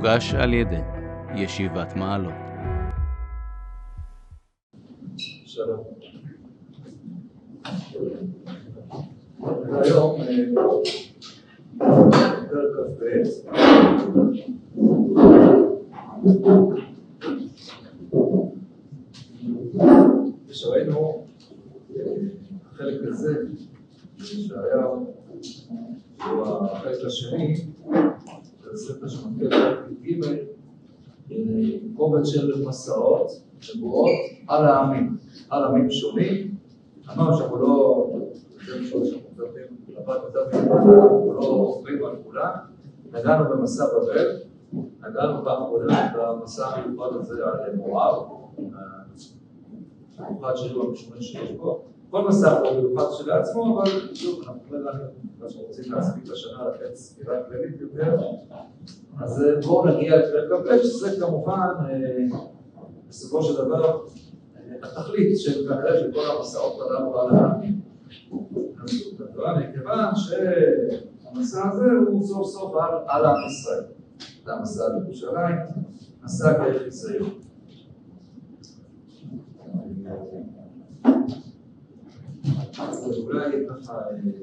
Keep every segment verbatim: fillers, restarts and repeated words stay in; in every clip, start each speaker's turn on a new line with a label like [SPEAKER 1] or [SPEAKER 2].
[SPEAKER 1] מוגש על ידי ישיבת מעלות.
[SPEAKER 2] שלום. היום פרק כ"ב. ושראינו החלק הזה שהיה הוא החלק השני של הספר שמתחיל בפרק ג' קובץ של מסעות שבועות על העמים, על עמים שונים. אמרנו שאנחנו לא זה משהו שאנחנו מדברים לבת יותר מלמעלה, אנחנו לא עוברים על כולם. נגענו במסע בבל, נגענו פעם קודמת במסע המיוחד הזה על מואב, המיוחד שלו המשמעות שיש פה. כל מסע פה מיוחד שלעצמו, אבל שוב, אנחנו לא יודעים מה שרוצים להספיק לשנה לתת ספירה כללית יותר. אז בואו נגיע לפרק כ"ב, שזה כמובן בסופו של דבר התכלית של כנראה של כל המסעות הללו על העמים. מכיוון שהמסע הזה הוא סוף סוף על, על עם ישראל. זה המסע לירושלים, מסע דרך ישראל. אז אולי ככה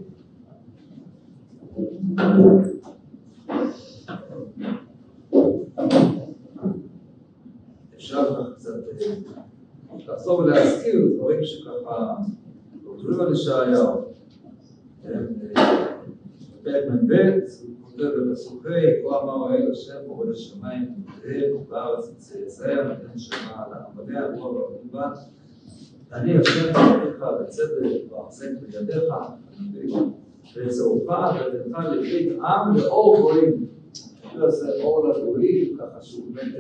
[SPEAKER 2] אפשר ככה קצת לחזור ולהזכיר דברים שככה עוברים על ישעיהו. בפרק מ"ב, הוא כותב בפסוק ה', כה אמר האל השם בורא השמיים ותהא ובארץ צאצאיה ונותן שמע על עמליה רוח ועבודה. אני השם אלוהיך בצדק ואחזק בידיך ואצורך ונתך לברית עם לאור גויים. זה עושה אור לגויים, ככה שהוא באמת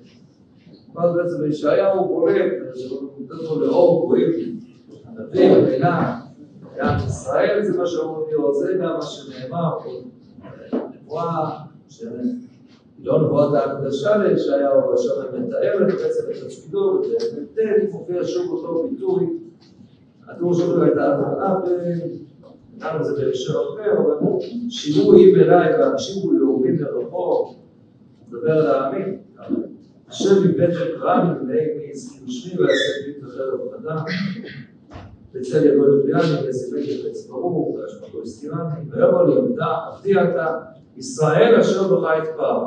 [SPEAKER 2] אז בעצם בישעיהו בולט, שהוא נותן לו לאור גויים. הנביא במילה עם ישראל זה מה שאומרים לי, זה גם מה שנאמר פה. נבואה שהיא לא נבואת ההקדשה לישעיהו, אבל שם מתארת בעצם את תפקידו, ותן מופיע שוב אותו ביטוי. התיאור שלו הייתה התראה ונתנו את זה בהקשר אחר, אבל שירו איב אליי והשיבו לאומים לרחוב, מדבר על העמים. השם מבטן רע מפני מי הזכיר שמי ויעשה בי בחרב אדם. בצל ידו לבריאני ויזיבק בחץ ברור והשמתו הסתירני ויאמר לי עמדה עבדי אתה ישראל אשר בך יתפאר.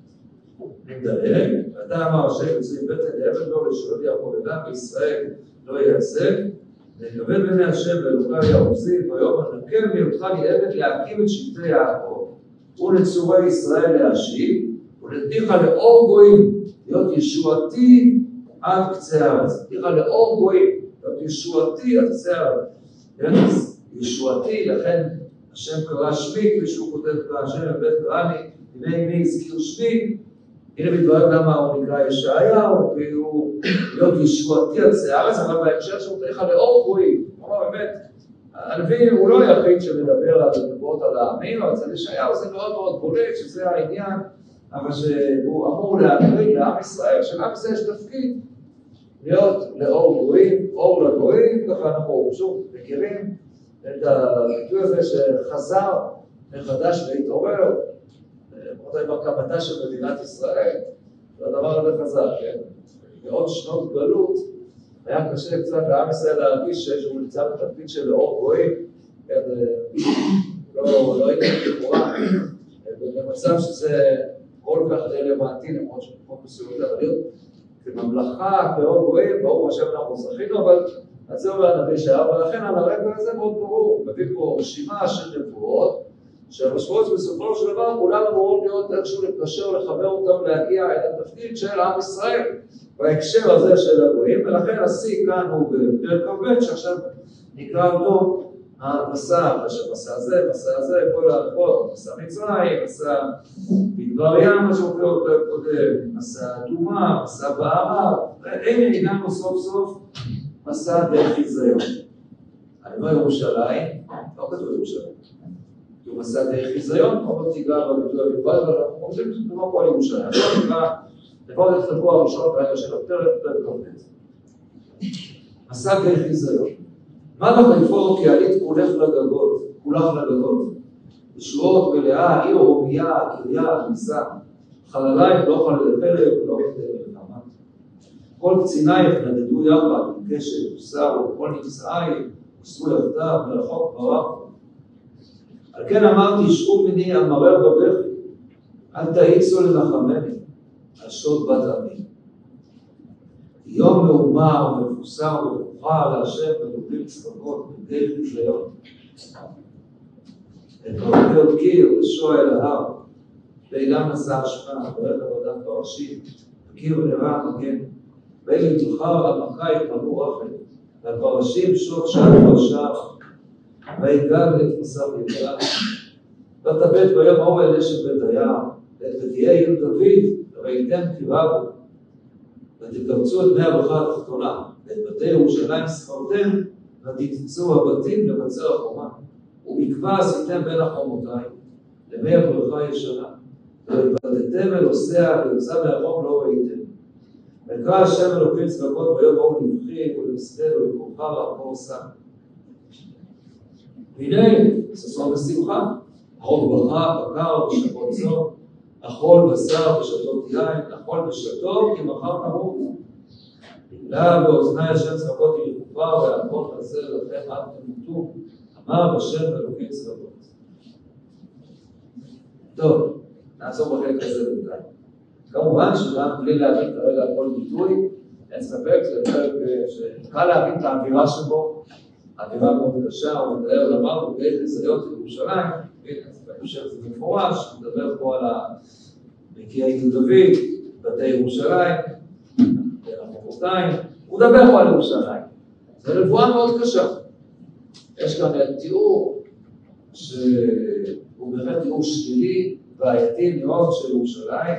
[SPEAKER 2] אני מדלג, ואתה אמר השם יוצא מבטן לעבד לו לשאול יעקב אדם וישראל לא יעזב ונקבל בעיני השם ואלוקי יעוזי ויאמר נקל מהיותך לי עבד להקים את שבטי יעקב ונצורי ישראל להשיב ונתניך לאור גויים להיות ישועתי עד קצה הארץ. נתניך לאור גויים להיות ישועתי עד קצה הארץ. ישועתי, לכן השם קרא שמי, כפי שהוא כותב בהשם בבית קראני, הנה מי הזכיר שמי, הנה מתברר למה הוא נקרא ישעיהו, והוא להיות ישועתי עד קצה הארץ, אבל בהקשר שהוא נתניך לאור גויים. כלומר באמת, הנביא הוא לא היחיד שמדבר על נבואות על העמים, אבל אצל ישעיהו זה מאוד מאוד בולט, שזה העניין, אבל שהוא אמור להקריא לעם ישראל, שלעם ישראל יש תפקיד להיות לאור גויים, אור לגויים, ככה אנחנו שוב מכירים את הביטוי הזה שחזר מחדש והתעורר, פחות בהקמתה של מדינת ישראל, והדבר הזה חזר, כן? בעוד שנות גלות היה קשה קצת לעם ישראל להרגיש שהוא נמצא בתפקיד של לאור גויים, כן? לא, לא הייתי תקורה, במצב שזה כל כך רלוונטי למרות שמקום מסוימת, אבל להיות כממלכה, כאור גויים, ברור השם אנחנו זכינו, אבל אז זה אומר הנביא ישעיהו, ולכן על הרקע הזה מאוד ברור, מביא פה רשימה של נבואות, שהמשמעות בסופו של דבר כולם אמורים להיות איכשהו לקשר, לחבר אותם, להגיע אל התפקיד של עם ישראל, בהקשר הזה של הגויים, ולכן השיא כאן הוא בפרק כ"ב, שעכשיו נקרא אותו המסע, המסע הזה, המסע הזה, כל ההלכות, מסע מצרים, מסע מדבר ים, מה שאומר אותו קודם, מסע אדומה, מסע בערב, הנה הגענו סוף סוף מסע דרך חיזיון. אני לא ירושלים, לא כתוב ירושלים. כי הוא מסע דרך חיזיון, כמו תיגע בביטוי המיוחד, אבל אנחנו רוצים לדבר פה על ירושלים. אז לא נקרא, לפחות את חלקו הראשון, כרגע של הפרק, פרק כ"ב. מסע דרך חיזיון. מה לך לפור כי עלית כולך לגגות, כולך לגגות. ישועות מלאה, עיר הומיה, קריה, כניסה. חללייך לא חללי פרק ולא בתי מלחמה. כל קצינייך נדדו יחד עם קשת ובשר וכל נמצאייך הוסרו יחדיו מרחוק ברחו. על כן אמרתי, שבו מיני המרר בבכי, אל תאיצו לנחמני, על שוד בת עמי. יום מאומר ומפוסר וברוכה להשם ולובים צבאות בגדי חיזיון. את רבי עוד קיר ושוע אל ההר, ואילם נשא אשמה, ורד עבודת פרשים, וקיר ונראה מגן, ואלה תלחר על מכה יתמנו רחל, ועל פרשים שוק שער פרשם, ויגל את מסר יגלה. ותבט ביום ההוא אל אשת בית היער, ואת ותהיה עיר דוד, וייתן קרבו, ותקבצו את בני הברכה התחתונה, ואת בתי ירושלים שכרתם, ותתצאו הבתים לבצר החומה, ומקווה עשיתם בין החומותיים, למי הברכה ישנה, ובדתם אל עושיה, ויוצא מהחום לא ראיתם. וקרא השם אלוקים צבאות ביום ההוא לבכי, ולמסתר ולקרוחה לעבור סם. והנה, ששון ושמחה, אכול ברכה, בקר ושבות זו, אכול בשר ושתות יין, אכול ושתות, כי מחר נמות. בגלל באוזני השם צבאות היא לכופר, והכל נעשה לכם עד תמותו, אמר בשם אלוקים צבאות. טוב, נעזור בחלק הזה בינתיים. כמובן שגם בלי להבין כרגע כל ביטוי, אין ספק, זה פרק שקל להבין את האווירה שבו, האווירה מאוד קשה, הוא מדבר למר בגלל חיזיון של ירושלים, אני חושב שזה מפורש, הוא מדבר פה על בקיע עיר דוד, בתי ירושלים, בין החומותיים, הוא מדבר פה על ירושלים. זו נבואה מאוד קשה. יש כאן תיאור שהוא באמת תיאור שלילי, בעייתי מאוד של ירושלים,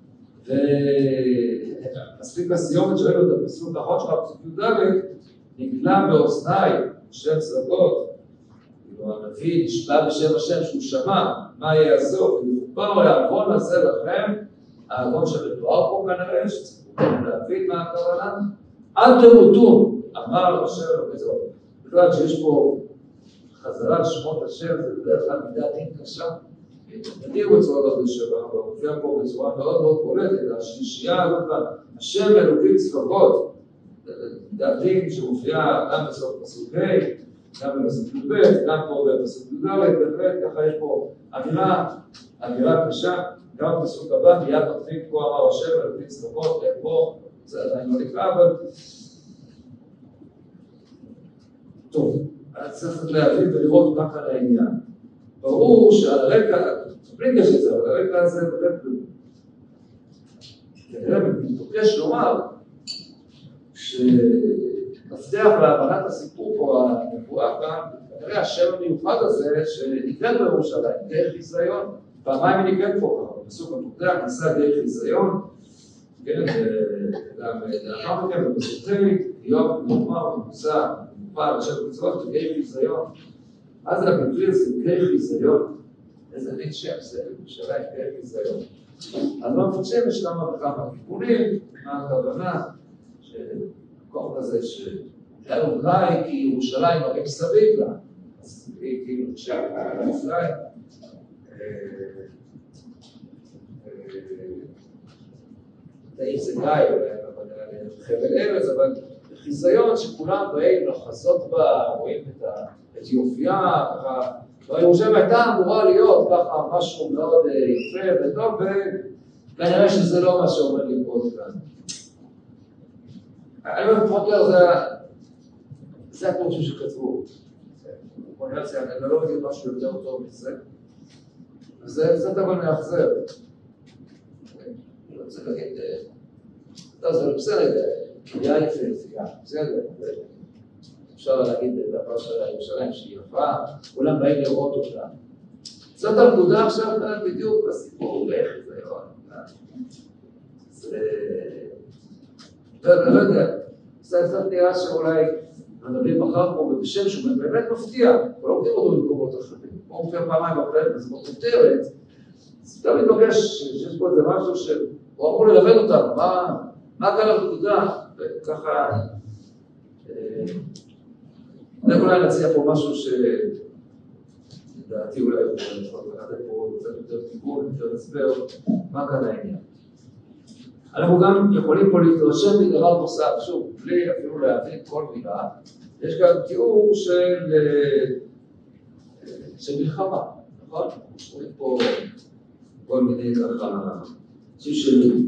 [SPEAKER 2] ומספיק בסיומת שלנו את הפסוק האחרון שלך, פסוק י"ד, נגלה באוזניי שם צבאות, הנביא נשבע בשם השם שהוא שמע, מה יעשו, ולכופר העוון הזה לכם, העוון שמתואר פה כנראה, שצריכים להבין מה הכוונה, אל תמותו, אמר השם אלוקים צבאות. בכלל שיש פה חזרה לשמות השם, זה בדרך כלל מידת דין קשה, תגיעו בצורה מאוד לשבח, ומופיע פה בצורה מאוד מאוד בולטת, השלישייה הזאת, השם אלוקים צבאות, מידת דין שמופיעה גם בסוף פסוק ה', גם בפסוק י"ב, גם פה בפסוק י"ד, באמת ככה יש פה אמירה, אמירה קשה, גם בפסוק הבא, מיד מתחיל פה אמר השם אלוקים צבאות, פה, זה עדיין לא נקרא, אבל טוב, אז צריך להבין ולראות מה כאן העניין. ברור שעל הרקע, בלי קשר לזה, אבל הרקע הזה באמת, כנראה מתבקש לומר, שמפתח להבנת הסיפור פה, הנבואה כאן, כנראה השם המיוחד הזה, שנקראת בירושלים, גיא חיזיון, פעמיים היא נקראת פה, בפסוק הפותח, ניסה גיא חיזיון, כן, גם לאחר מכן, בפסוקים, יום נאמר ומוצא, מופע, השם מצוות, גיא חיזיון, אז הביטוי הזה, גיא חיזיון, איזה מין שם זה, ירושלים, גיא חיזיון. אז לא מפרשים, יש כמה וכמה כיוונים, מה הכוונה, שמקום כזה שהיה אולי כי ירושלים הרי מסביב לה, אז היא כאילו נשאר בירושלים. תאי זה גיא, חבל ארץ, אבל חיזיון שכולם באים לחזות בה, רואים את יופייה, ככה, וירושלים הייתה אמורה להיות ככה משהו מאוד יפה וטוב, וכנראה שזה לא מה שאומר לקרות כאן. אני אומר, פחות או יותר, זה הפורשים שכתבו. אני לא מגיד משהו יותר טוב מזה. זה דבר מאכזב. אני רוצה להגיד, זה לא בסדר, קריאה יפה, בסדר. אפשר להגיד את הפרט של ירושלים שהיא יפה, כולם באים לראות אותה. זאת הנקודה עכשיו כאן בדיוק בסיפור, איך זה יכול. זה... לא יודע, זה קצת נראה שאולי הנביא בחר פה ובשם שהוא באמת מפתיע, הוא לא מכיר אותו במקומות אחרים. הוא מופיע פעמיים בפרק, וזה מאוד כותרת, אז תמיד נוגש שיש פה איזה משהו שהוא אמור ללמד אותנו, מה כאן הנקודה, וככה... אני אולי נציע פה משהו ש... לדעתי אולי אני יכול לקחת פה קצת יותר תיקון, יותר הסבר, מה כאן העניין. אנחנו גם יכולים פה להתרשם מדבר נוסף, שוב, בלי אפילו להבין כל מילה, יש גם תיאור של, של מלחמה, נכון? אנחנו רואים פה כל מיני ככה, שלי,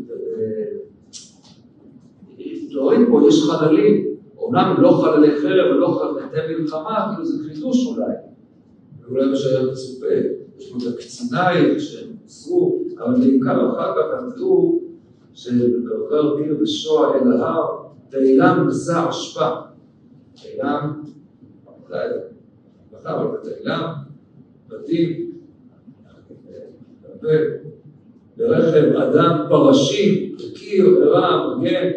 [SPEAKER 2] רואים פה, יש חללים, אומנם הם לא חללי חרב ולא חללי מלחמה, כאילו זה חידוש אולי, ואולי מה שהיה מצופה, יש פה את הקצינייך שהם עשו, אבל בעיקר אחר כך התיאור שבקרקר פיר ושועה אל ההר, ואילם נשא אשפה. אילם, אולי, בכלל, אבל את אילם, בתים, ברכב אדם פרשים, קיר, ערם, מגן,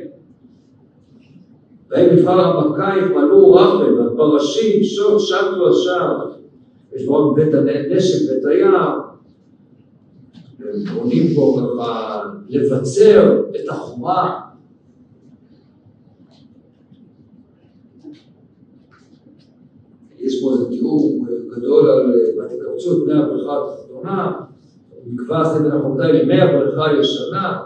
[SPEAKER 2] והם מבחר המכאי מלאו רחב, והפרשים שוב שבתו השער, יש בו בית הנשק, בית היער, ובונים פה ככה לבצר את החומה. יש פה איזה תיאור גדול על ותקבצו את מי הבריכה התחתונה, נקבע זה בין החומדי למי הבריכה הישנה.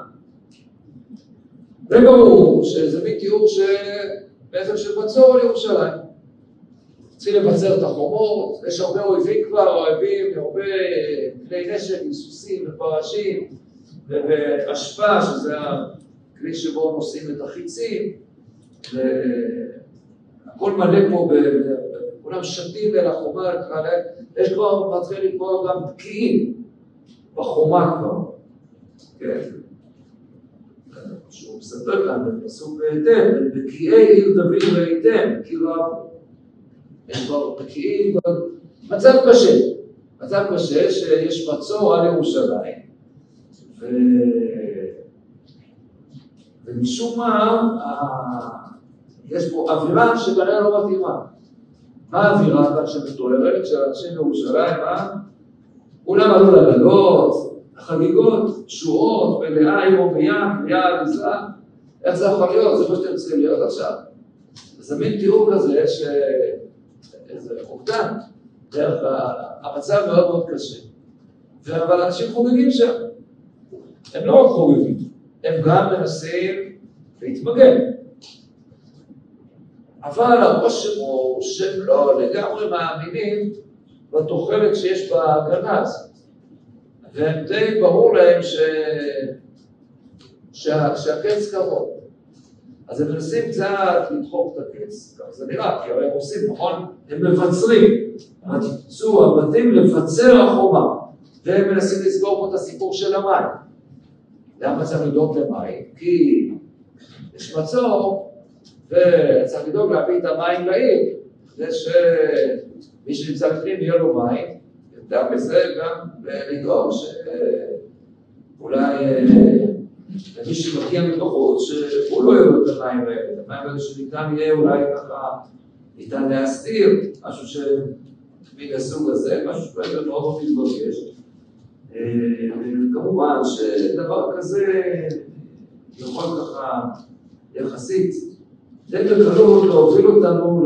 [SPEAKER 2] זה ברור שזה מין תיאור שבעצם של מצור על ירושלים. צריכים לבצר את החומות, יש הרבה אויבים כבר, אויבים, הרבה כלי נשק עם סוסים ופרשים והשפעה, שזה הכלי שבו נושאים את החיצים, והכל מלא פה, כולם שתים אל החומה, יש כבר מתחיל לקרוא גם בקיעים בחומה כבר, כן. שהוא מספר כאן בפסוק בהיתם, בקיעי עיר דוד ראיתם, כאילו יש כבר בקיעים, מצב קשה, מצב קשה שיש מצור על ירושלים, ו... ומשום מה, יש פה אווירה שכנראה לא מתאימה. מה האווירה כאן שמתוארת של אנשים ירושלים? מה? כולם עלו לגלות, החגיגות, תשועות, מלאה, יום וים, מלאה עליזה, איך זה יכול להיות? זה מה שאתם צריכים להיות עכשיו. זה מין תיאור כזה ש... איזה אובדן, דרך המצב מאוד מאוד קשה. אבל אנשים חוגגים שם. הם לא רק חוגגים, הם גם מנסים להתמגן. אבל הרושם הוא שהם לא לגמרי מאמינים בתוחלת שיש בהגנה הזאת. והם די ברור להם ש... שה... שהקץ קרוב. אז הם מנסים קצת לדחוק את הקץ, כך זה נראה, כי הרי הם עושים, נכון? הם מבצרים, תצאו הבתים לבצר החומה, והם מנסים לסגור פה את הסיפור של המים. למה צריך לדאוג למים? כי יש מצור, וצריך לדאוג להביא את המים לעיר, כדי שמי שנמצא בפנים יהיה לו מים, וגם בזה גם לדאוג שאולי למי שמגיע מבחוץ, שהוא לא יהיה לו את המים האלה, את המים האלה שניתן יהיה אולי ככה, ניתן להסתיר, משהו שמן הסוג הזה, משהו שבאמת מאוד מאוד מתבקש. וכמובן שדבר כזה יכול ככה יחסית די בקלות להוביל אותנו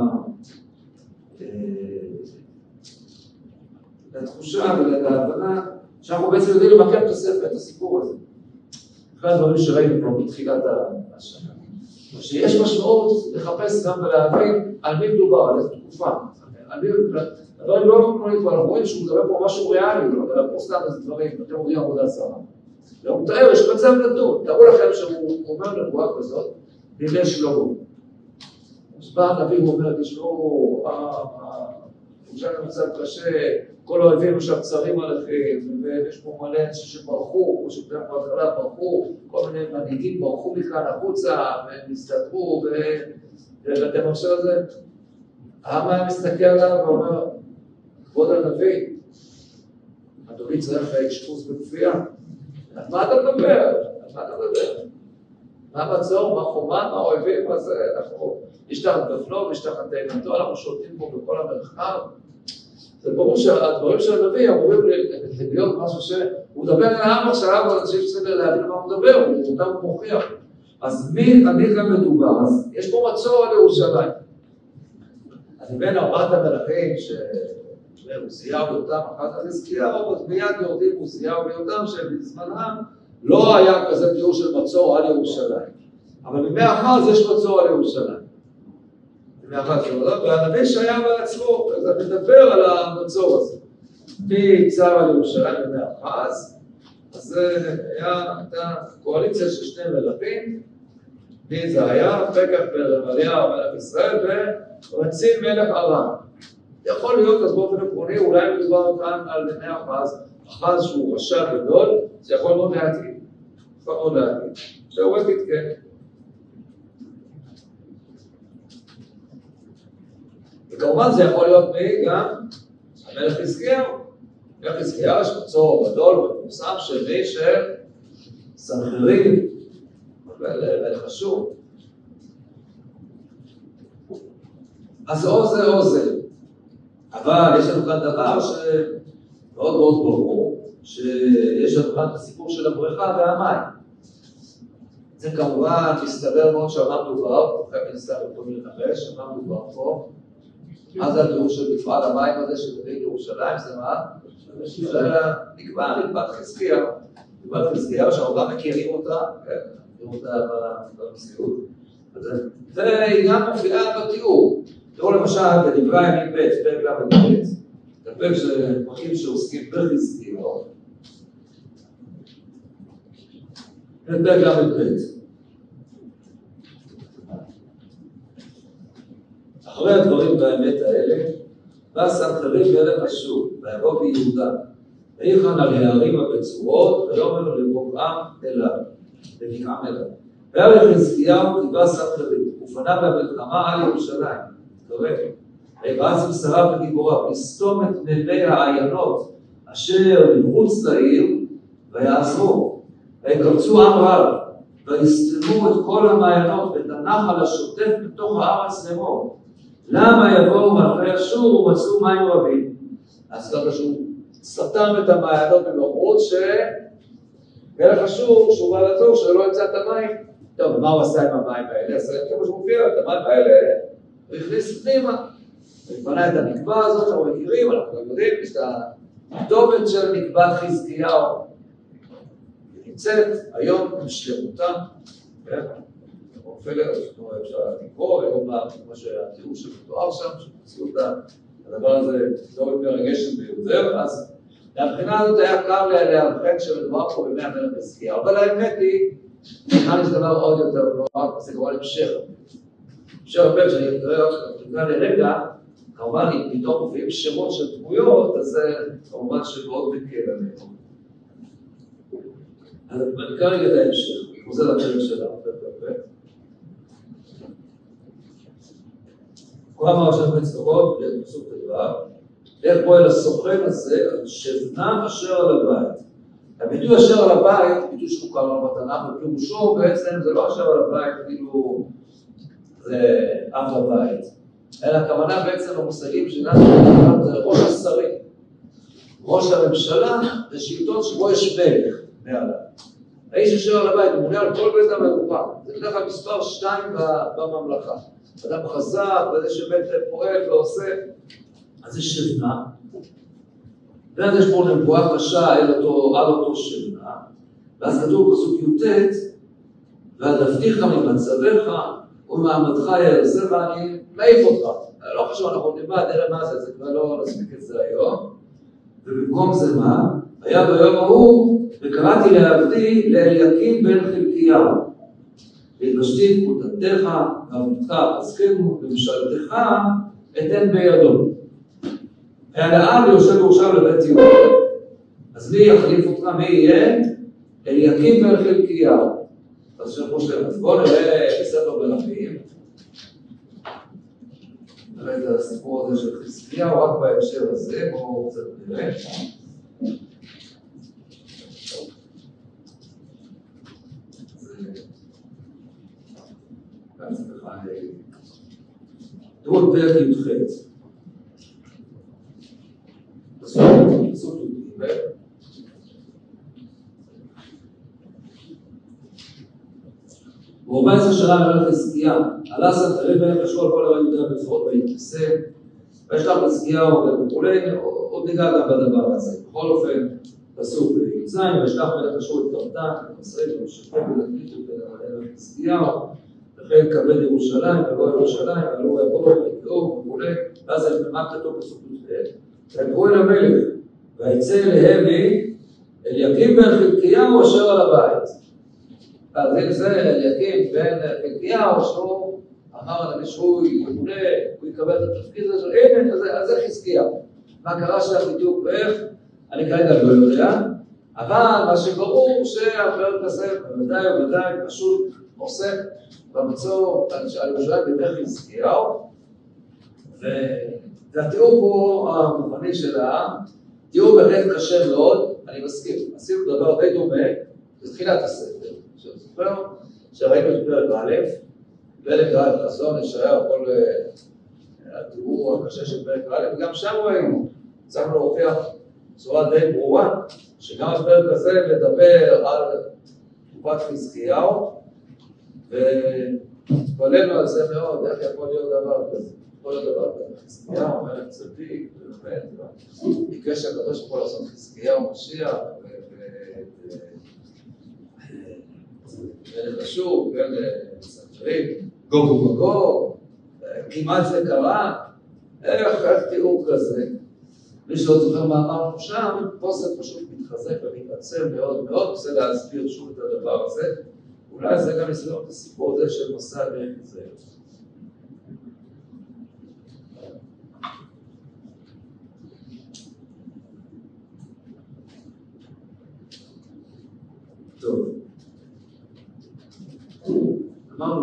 [SPEAKER 2] לתחושה ולהבנה שאנחנו בעצם יודעים למקם את הספר, את הסיפור הזה. אחד הדברים שראינו כבר בתחילת השנה, שיש משמעות לחפש גם ולהבין על מי מדובר, על איזו תקופה. הדברים לא נקראים כבר, אנחנו רואים שהוא מדבר פה משהו ריאלי, הוא מדבר פה סתם איזה דברים, אתם אומרים עבודה שרה. והוא מתאר, יש מצב נתון, תראו לכם שהוא אומר נבואה כזאת, בימי שלמה. אז בא הנביא ואומר, תשמעו, עכשיו במצב קשה, כל האויבים עכשיו צרים עליכם, ויש פה מלא אנשים שברחו, או שבדרך בהתחלה ברחו, כל מיני מנהיגים ברחו מכאן החוצה, והם הסתתרו, ואתם עכשיו על זה. העם מסתכל עליו ואומר, כבוד הנביא, אדוני צריך אשפוז בכפייה. על מה אתה מדבר? על מה אתה מדבר? מה המצור, מה חומה, מה האויבים, מה זה? אנחנו נשתחת בפנו, נשתחת תאנתו, אנחנו שולטים פה בכל המרחב. זה ברור שהדברים של הנביא אמורים להיות משהו שהוא מדבר על העם עכשיו, אבל אנשים צריכים להבין מה הוא מדבר, הוא גם מוכיח. אז מי אני גם מדובר? אז יש פה מצור על ירושלים. אז בין ארבעת המלכים ועוזיהו ויותם אחת חזקיהו, אז מיד יורדים עוזיהו ויותם שבזמנם לא היה כזה תיאור של מצור על ירושלים. אבל בימי אחז יש מצור על ירושלים. בימי אחז ירושלים, והנביא ישעיהו בעצמו, אז אני מדבר על המצור הזה. מי צר על ירושלים בימי אחז, אז זה היה, הייתה קואליציה של שני מלכים, מי זה היה? פקח בן רמליה מלך ישראל ורצין מלך ארם. יכול להיות, אז באופן עקרוני, אולי מדובר כאן על ימי אחז, אחז שהוא רשע גדול, זה יכול מאוד להתאים. יכול מאוד להתאים. תיאורטית כן. וכמובן זה יכול להיות מי גם המלך חזקיהו. המלך חזקיהו יש מצור גדול ומפורסם של מי של סנחריב ומלך אשור. אז או זה או זה. אבל יש לנו כאן דבר שמאוד מאוד ברור, שיש לנו כאן את הסיפור של הבריכה והמים. זה כמובן מסתבר מאוד שאמר מדובר, אחרי מנסה יכולים לנחש, אמר מדובר פה. מה זה התיאור של מפעל המים הזה של דוד ירושלים? זה מה? נקבע נקבעת חזקיהו. נקבעת חזקיהו שהרבה מכירים אותה, מכירים אותה במציאות. והיא גם מופיעה בתיאור. תראו למשל בדברי הימים ב' פרק ל"ב, זה פרק של פרקים שעוסקים בחזקיהו. זה פרק ל"ב. אחרי הדברים באמת האלה, בא סנחריב מלך אשור, ויבוא ביהודה, ויחן על הערים הבצורות, ויאמר לבקעם אליו, לבקעם אליו. והיה לחזקיהו כי בא סנחריב, ופניו במלחמה על ירושלים. קורא, ואז מסרה וגיבורה, לסתום את מימי העיינות אשר מחוץ לעיר, ויעזרו, ויקבצו עם רב, ויסתמו את כל המעיינות, ואת הנחל השוטף בתוך הארץ לאמור. למה יבואו מלכי אשור ומצאו מים רבים? אז ככה שהוא סתם את המעיינות במחוץ, שמלך אשור, שהוא בא לצור, שלא ימצא את המים. טוב, מה הוא עשה עם המים האלה? אז כמו שמופיע, את המים האלה, הוא הכניס פנימה, ובנה את הנקבה הזאת, אנחנו מכירים, אנחנו יודעים, יש את הכתובת של נקבת חזקיהו, היא נמצאת היום בשלמותה, כן? מופלת, אפשר לקרוא, היום כמו שהתיאור שמתואר שם, שמציאו את הדבר הזה, לא מרגשת ביותר, אז מהבחינה הזאת היה קל להרחק שמדובר פה בימי המלך חזקיהו, אבל האמת היא, כאן יש דבר עוד יותר נורא, זה כבר המשך. המשך הפרק שאני אקרא לרגע, כמובן אם פתאום מופיעים שמות של דמויות, אז זה כמובן שמאוד מקל עליהם. אז אני אקרא רגע את ההמשך, אני חוזר לפרק שלנו, כל אמר שם מצטרות, לפסוק דבר, איך פועל הסוכן הזה, שבנם אשר על הבית. הביטוי אשר על הבית, ביטוי שמוכר לנו בתנ"ך, ופירושו בעצם זה לא אשר על הבית, כאילו זה אב הבית, אלא הכוונה בעצם למושגים שלנו, זה ראש השרים, ראש הממשלה, זה שלטון שבו יש מלך מעליו. האיש אשר על הבית, הוא מונה על כל בית המלוכה, זה בדרך כלל מספר שתיים בממלכה. אדם חזק, וזה שבאמת פועל ועושה, אז זה שבנה. ואז יש פה נבואה קשה על אותו, על אותו שבנה, ואז כתוב פסוק י"ט, והדפתיך ממצבך ומעמדך יעזב ואני מעיף אותך. לא חשוב, אנחנו נלמד, נראה מה זה, זה כבר לא נספיק את זה היום. ובמקום זה מה? היה ביום ההוא, וקראתי לעבדי לאליקים בן חלקיהו. והתבשתי פקודתך, ועבודתך עסקנו, ומשאלתך אתן בידו. והנעם יושב ירושלים לבית יהודה. אז מי יחליף אותך? מי יהיה? אליקים בן חלקיהו. אז שרחו שלהם, אז בואו נראה בספר מלכים. נראה את הסיפור הזה של חזקיהו, רק בהקשר הזה, בואו קצת נראה. תראו את פרק י"ח. פסוק י"ג. וארבע עשרה שנה מלך חזקיה, עלה סנחריב מלך אשור על כל ערי יהודה בצורות ויתכסה, וישלח חזקיהו וכולי, עוד ניגע גם בדבר הזה. בכל אופן, פסוק י"ז, וישלח מלך אשור את קרתן, ומסעי ומשפט ולתיתו ולמלך חזקיהו, וכן כבד ירושלים, ובוא ירושלים, ועלו יבואו ויקראו וכולי, ואז מה כתוב פסוק י"ב? ויקראו אל המלך, ויצא אליהם אליקים בן חלקיהו אשר על הבית. אז אם זה אליקים בן חלקיהו, שהוא אמר על שהוא ימונה, הוא יקבל את התפקיד הזה, הנה, אז זה חזקיהו. מה קרה שם בדיוק ואיך? אני כרגע לא יודע, אבל מה שברור שהפרק הזה בוודאי ובוודאי פשוט עוסק במצור על ירושלים בידי חזקיהו, והתיאור פה המובני של העם, תיאור באמת קשה מאוד, אני מסכים, עשינו דבר די דומה, זה תחילת הספר, שזוכר, שראינו את פרק א', פרק א', חזון, ישעיהו, כל התיאור הקשה של פרק א', וגם שם ראינו, צריכים להוכיח בצורה די ברורה, שגם הפרק הזה מדבר על תקופת חזקיהו, והתפללנו על זה מאוד, איך יכול להיות דבר כזה, יכול להיות דבר כזה, חזקיהו, מלך צדיק, ובאמת, ביקש הקדוש ברוך הוא לעשות חזקיהו משיח, מלך אשור, סנהדרין, גוג ומגוג, כמעט זה קרה, איך תיאור כזה? מי שלא זוכר מה אמרנו שם, פה זה פשוט מתחזק ומתעצם מאוד מאוד, רוצה להסביר שוב את הדבר הזה, אולי זה גם יסביר את הסיפור הזה של מסע דרך זה. טוב, אמרנו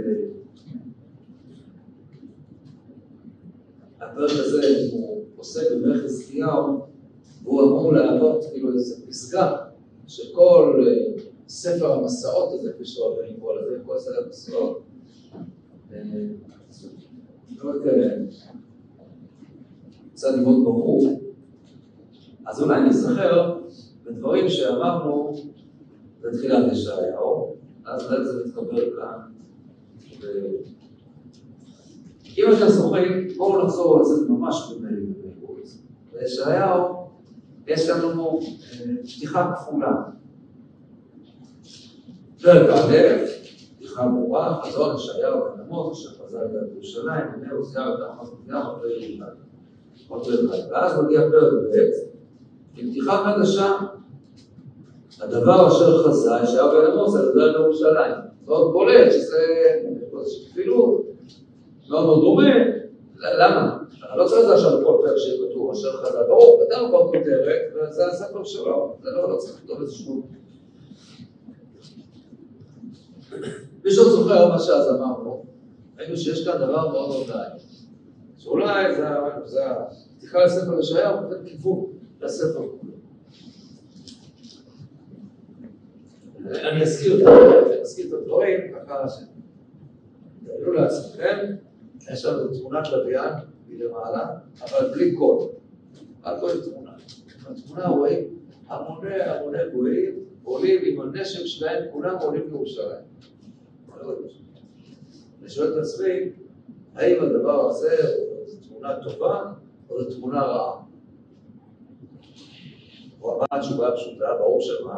[SPEAKER 2] שהפרק הזה הוא עוסק במלך חזקיהו, והוא אמור להוות כאילו איזו פסגה שכל ספר המסעות הזה, כפי שאוהבים לקרוא לזה, כל ספר המסעות, לא כאלה, קצת מאוד ברור, אז אולי נזכר בדברים שאמרנו בתחילת ישעיהו, אז אולי זה מתקבל כאן. אם אתם זוכרים, בואו נחזור על זה ממש במהירות. בישעיהו יש לנו פתיחה כפולה. פרק א', פתיחה ברורה, חזון ישעיהו בן אמוץ, שחזר ליד ירושלים, הנה עוזיהו את האחוז מדיעה, ואז מגיע פרק ב', עם פתיחה חדשה, הדבר אשר חזה ישעיהו בן אמוץ על ידי ירושלים. מאוד בולט שזה כפילות, מאוד מאוד דומה. למה? אני לא צריך לדעת שעל כל פרק שיהיה כתוב אשר חזה, ברור, כתב כבר כותרת, וזה הספר שלו, זה לא צריך לכתוב איזה שוב. מישהו זוכר מה שאז אמרנו, ראינו שיש כאן דבר מאוד מאוד מעניין. שאולי זה הפתיחה לספר ישעיהו, נותן כיוון לספר כולו. אני אזכיר את הדברים, ככה שתראו לעצמכם, יש לנו תמונת לוויין מלמעלה, אבל בלי קול. רק כל תמונה. בתמונה רואים המוני המוני גויים עולים עם הנשק שלהם, כולם עולים לירושלים. אני שואל את עצמי, האם הדבר הזה זו תמונה טובה או זו תמונה רעה? הוא אמר התשובה הפשוטה, ברור שמה?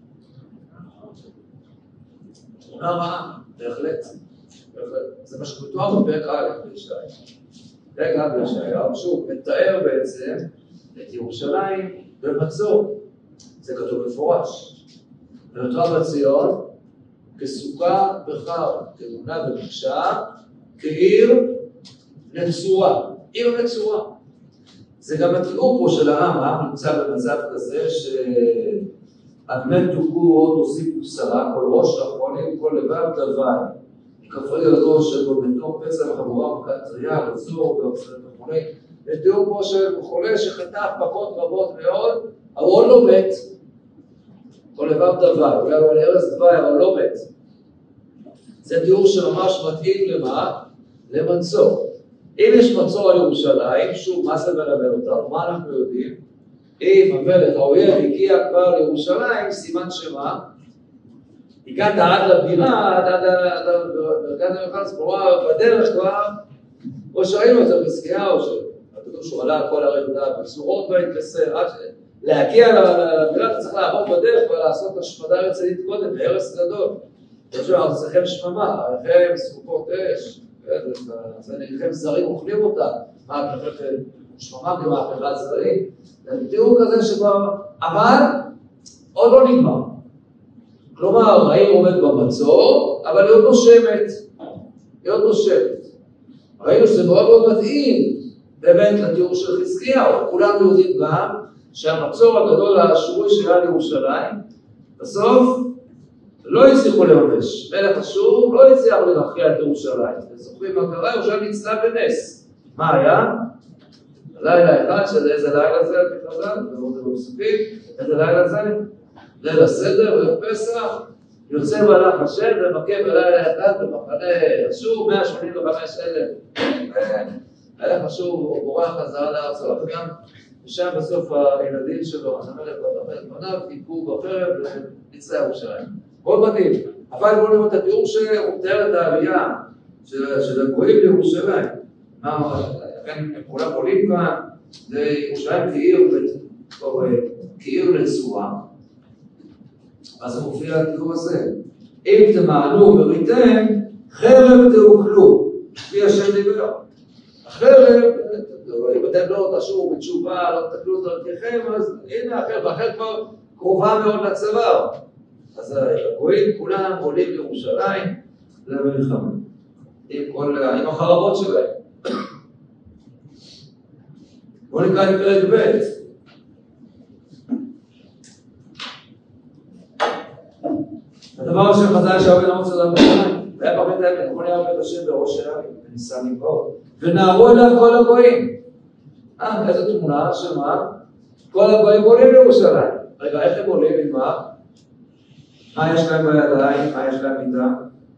[SPEAKER 2] תמונה רעה, בהחלט. זה מה שכתוב בפרק א' בישעיהו. פרק א' בישעיהו, שוב, מתאר בעצם את ירושלים במצור. זה כתוב מפורש. ונותרה בציון כסוכה בחר, כאמונה ובקשה, כעיר נצורה. עיר נצורה. זה גם התיאור פה של העם, העם נמצא במצב כזה שאדמת תוגו עוד הוסיפו שרה, כל ראש רחונים, כל לבב דווי. כפרי על ראש של בולמתו, פצע וחבורה מכת טריה, לזור ואוצרת וכו'. זה תיאור פה של חולה שחטף מכות רבות מאוד, אבל הוא לא מת. כל לבב דווי, אולי הוא על ארץ דווי, אבל לא מת. זה תיאור שממש מתאים למה? למצור. אם יש מצור על ירושלים, שוב, מה זה מלמד אותנו? מה אנחנו יודעים? אם המלך, האויב, הגיע כבר לירושלים, סימן שמה? הגעת עד לבירה, עד מרכז המרכז ספורה, בדרך כבר, או שראינו את זה בחזקיהו, כתוב שהוא עלה על כל הרי יהודה בצורות והתבשר, עד להגיע לבירה אתה צריך לעבור בדרך ולעשות השמדה רצינית קודם, בהרס גדול. אנחנו צריכים שממה, עליכם סרופות אש, זה נלחם זרים אוכלים אותה, מה, שממה כמהפכת זרים, תראו כזה שכבר, אבל עוד לא נגמר. כלומר, העיר עומד במצור, אבל היא עוד נושמת, היא עוד נושמת. ראינו שזה מאוד מאוד מתאים, באמת לתיאור של חזקיהו, כולנו יודעים גם שהמצור הגדול האשורי שהיה לירושלים, בסוף לא הצליחו לממש. מלך אשור לא הצליח להכריע את ירושלים. אתם זוכרים מה קרה? ירושלים ניצלה בנס. מה היה? לילה אחד של איזה לילה זה, בכלל, זה מוספים, איזה לילה זה? ליל הסדר ובפסח, יוצא מלאך השם ומכה בלילה אחד במחנה אשור, מאה שמונים וחמישה אלף. מלך אשור בורח חזרה לארצו גם, ושם בסוף הילדים שלו, המלך בניו, היכו בחרב וניצלה ירושלים. מאוד מדהים. אבל בואו נראה את התיאור שהוא מתאר את העלייה של הגויים לירושלים. הם כולם עולים כאן, לירושלים כעיר נצורה. אז זה מופיע התיאור הזה. אם תמענו וריתם, חרב תאוכלו. לפי השם דיבר. החרב, אם אתם לא תשאו בתשובה, לא תקלו את דרככם, אז הנה החרב, החרב כבר קרובה מאוד לצוואר. אז הגויים כולם עולים לירושלים למלחמה. עם החרבות שלהם. בואו נקרא את פרק ב'. הדבר אשר חזה שאול בן אמוץ אדם בשמיים, והיה בבית העמק, כל היה בית השם בראש הערים, וניסה למכור, ונערו אליו כל הגויים. אה, איזו תמונה, שמה? כל הגויים עולים לירושלים. רגע, איך הם עולים עם מה? מה יש להם בידיים? מה יש להם איתם?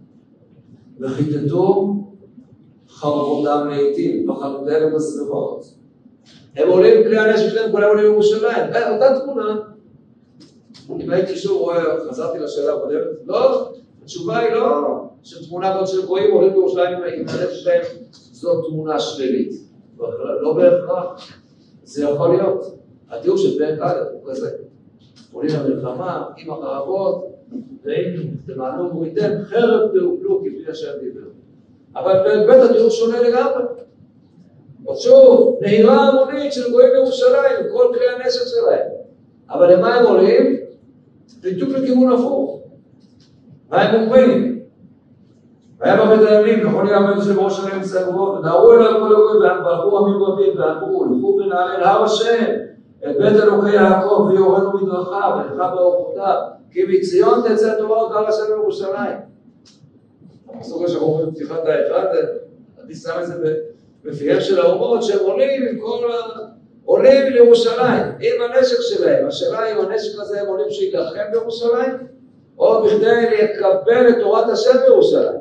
[SPEAKER 2] וחיטטו חרבותם לעיתים, וחרבותיהם בסביבות. הם עולים, כלי הנשק שלהם, כולם עולים לירושלים. אותה תמונה. אם הייתי שוב רואה, חזרתי לשאלה הקודמת, לא, התשובה היא לא שתמונה הזאת של גויים עולים לירושלים עם הנשק שלהם, זאת תמונה שלילית. לא בהכרח, זה יכול להיות. התיאור של פרק א' הוא כזה. עולים למלחמה, עם החרבות, ואם תמענו וריתם, חרב תאוכלו כפי השם דיבר. אבל פרק ב' התיאור שונה לגמרי. עוד שוב, נהירה המונית של גויים לירושלים, כל כלי הנשק שלהם. אבל למה הם עולים? בדיוק לכיוון הפוך. מה הם אומרים? והיה בבית הימים, וכל יעמד של ראש הערים סגורות, ונערו אליו כל הגויים, והלכו עמים רבים, ואמרו, לכו ונעלה אל הר השם, את בית אלוקי יעקב, ויורנו מדרכיו, ונלכה באורחותיו, כי מציון תצא תורה עוד הר השם בירושלים. הפסוק שאנחנו אומרים בפתיחת האחד, אני שם את זה בפיהם של האומות, שהם עולים עם כל ה... עולים לירושלים, עם הנשק שלהם. השאלה אם הנשק הזה הם עולים שיילחם בירושלים, או בכדי לקבל את תורת השם בירושלים.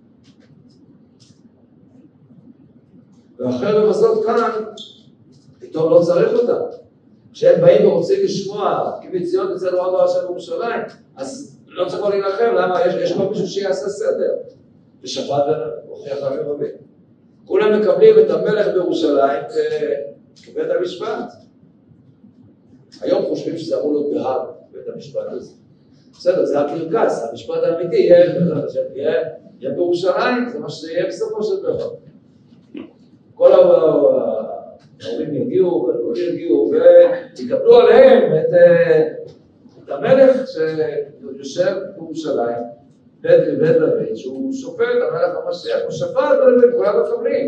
[SPEAKER 2] והחרב הזאת כאן, פתאום לא צריך אותה. כשהם באים ורוצים לשמוע, כי מציון תצא תורת השם בירושלים, אז לא צריך להילחם. למה? יש, יש כבר מישהו שיעשה סדר. בשבת והוכיח רבים רבים. כולם מקבלים את המלך בירושלים כבית המשפט. היום חושבים שזה אמור להיות בהר, בית המשפט הזה. בסדר, זה הקרקס, המשפט האמיתי יהיה, יהיה, יהיה בירושלים, זה מה שזה יהיה בסופו של דבר. כל ההורים יגיעו, וההורים יגיעו, ויקבלו עליהם את, את המלך שיושב בירושלים, בית בית דוד, שהוא שופט, המלך המשיח, הוא שפט, וכולם מקבלים.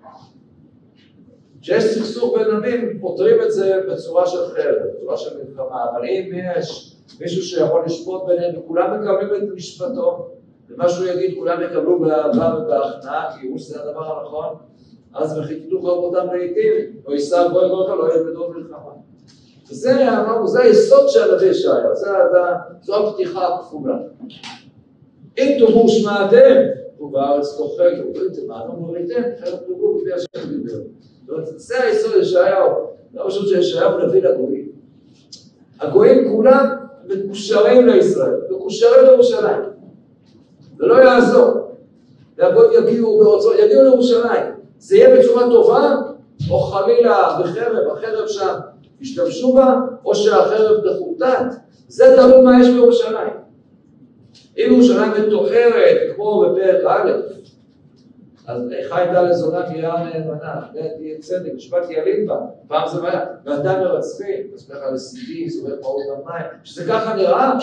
[SPEAKER 2] כשיש סכסוך בין עמים, פותרים את זה בצורה של חרב, בצורה של מלחמה, אבל אם יש מישהו שיכול לשפוט ביניהם, וכולם מקבלים את משפטו, ומה שהוא יגיד, כולם יקבלו באהבה ובהכנעה, כי הוא שזה הדבר הנכון, אז וחיטטו חרבותם לעיתים, או יישא גוי גוי לא ילמדו מלחמה. וזה, אמרנו, זה היסוד של הנביא ישעיה, זו הפתיחה הכפולה. אם תאמרו שמעתם, ובארץ תאכלו, ואם תמענו וריתם, חרב תאכלו לפי השם דיבר. זה היסוד ישעיהו, לא פשוט שישעיהו נביא לגויים. הגויים כולם מקושרים לישראל, מקושרים לירושלים. זה לא יעזור. והגויים יגיעו בארצות, יגיעו לירושלים. זה יהיה בצורה טובה, או חלילה בחרב, החרב שם השתמשו בה, או שהחרב תחוטט. זה תלוי מה יש בירושלים. אם ירושלים מתוארת כמו בפרק א', אז איך הייתה לזונה קריאה נאמנה, תהיה צדק, משפט ילין בה, פעם זה בעיה, ואתה מרצפים, אז ככה לסיבי, זורק מעות במים, שזה ככה נראה,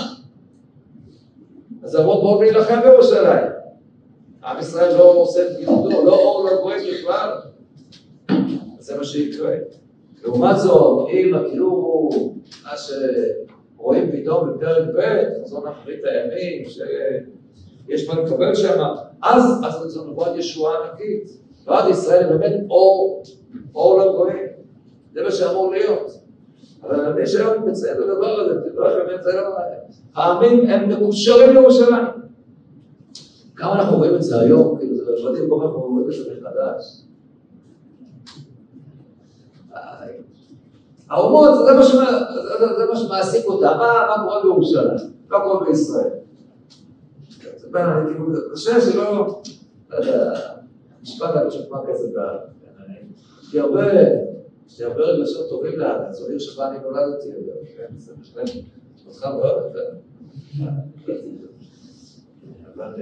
[SPEAKER 2] אז אמרות בואו להילחם בירושלים. עם ישראל לא עושה את גידודו, לא אור לא גואל בכלל. אז זה מה שיקרה. לעומת זאת, אם הכיעור הוא מה שרואים פתאום בפרק ב', זו נחרית הימים, שיש מה לקבל שם, אז, אז זו נבואת ישועה ענקית. ועד ישראל באמת אור, אור לגויים. זה מה שאמור להיות. אבל מי שהיום מציין את הדבר הזה, לא באמת זה לא... העמים הם מקושרים לירושלים. כמה אנחנו רואים את זה היום, כאילו זה מדהים, כל אנחנו רואים את זה מחדש. האומות, זה מה שמעסיק אותה, מה קורה בירושלים, מה קורה בישראל. זה בין, אני כאילו, זה קשה שלא, משפט אני חושב מה כזה בעד. יש לי הרבה, יש לי הרבה רגשות טובים לארץ, זו עיר שבה אני נולדתי, זה משלם, אותך מאוד, אבל...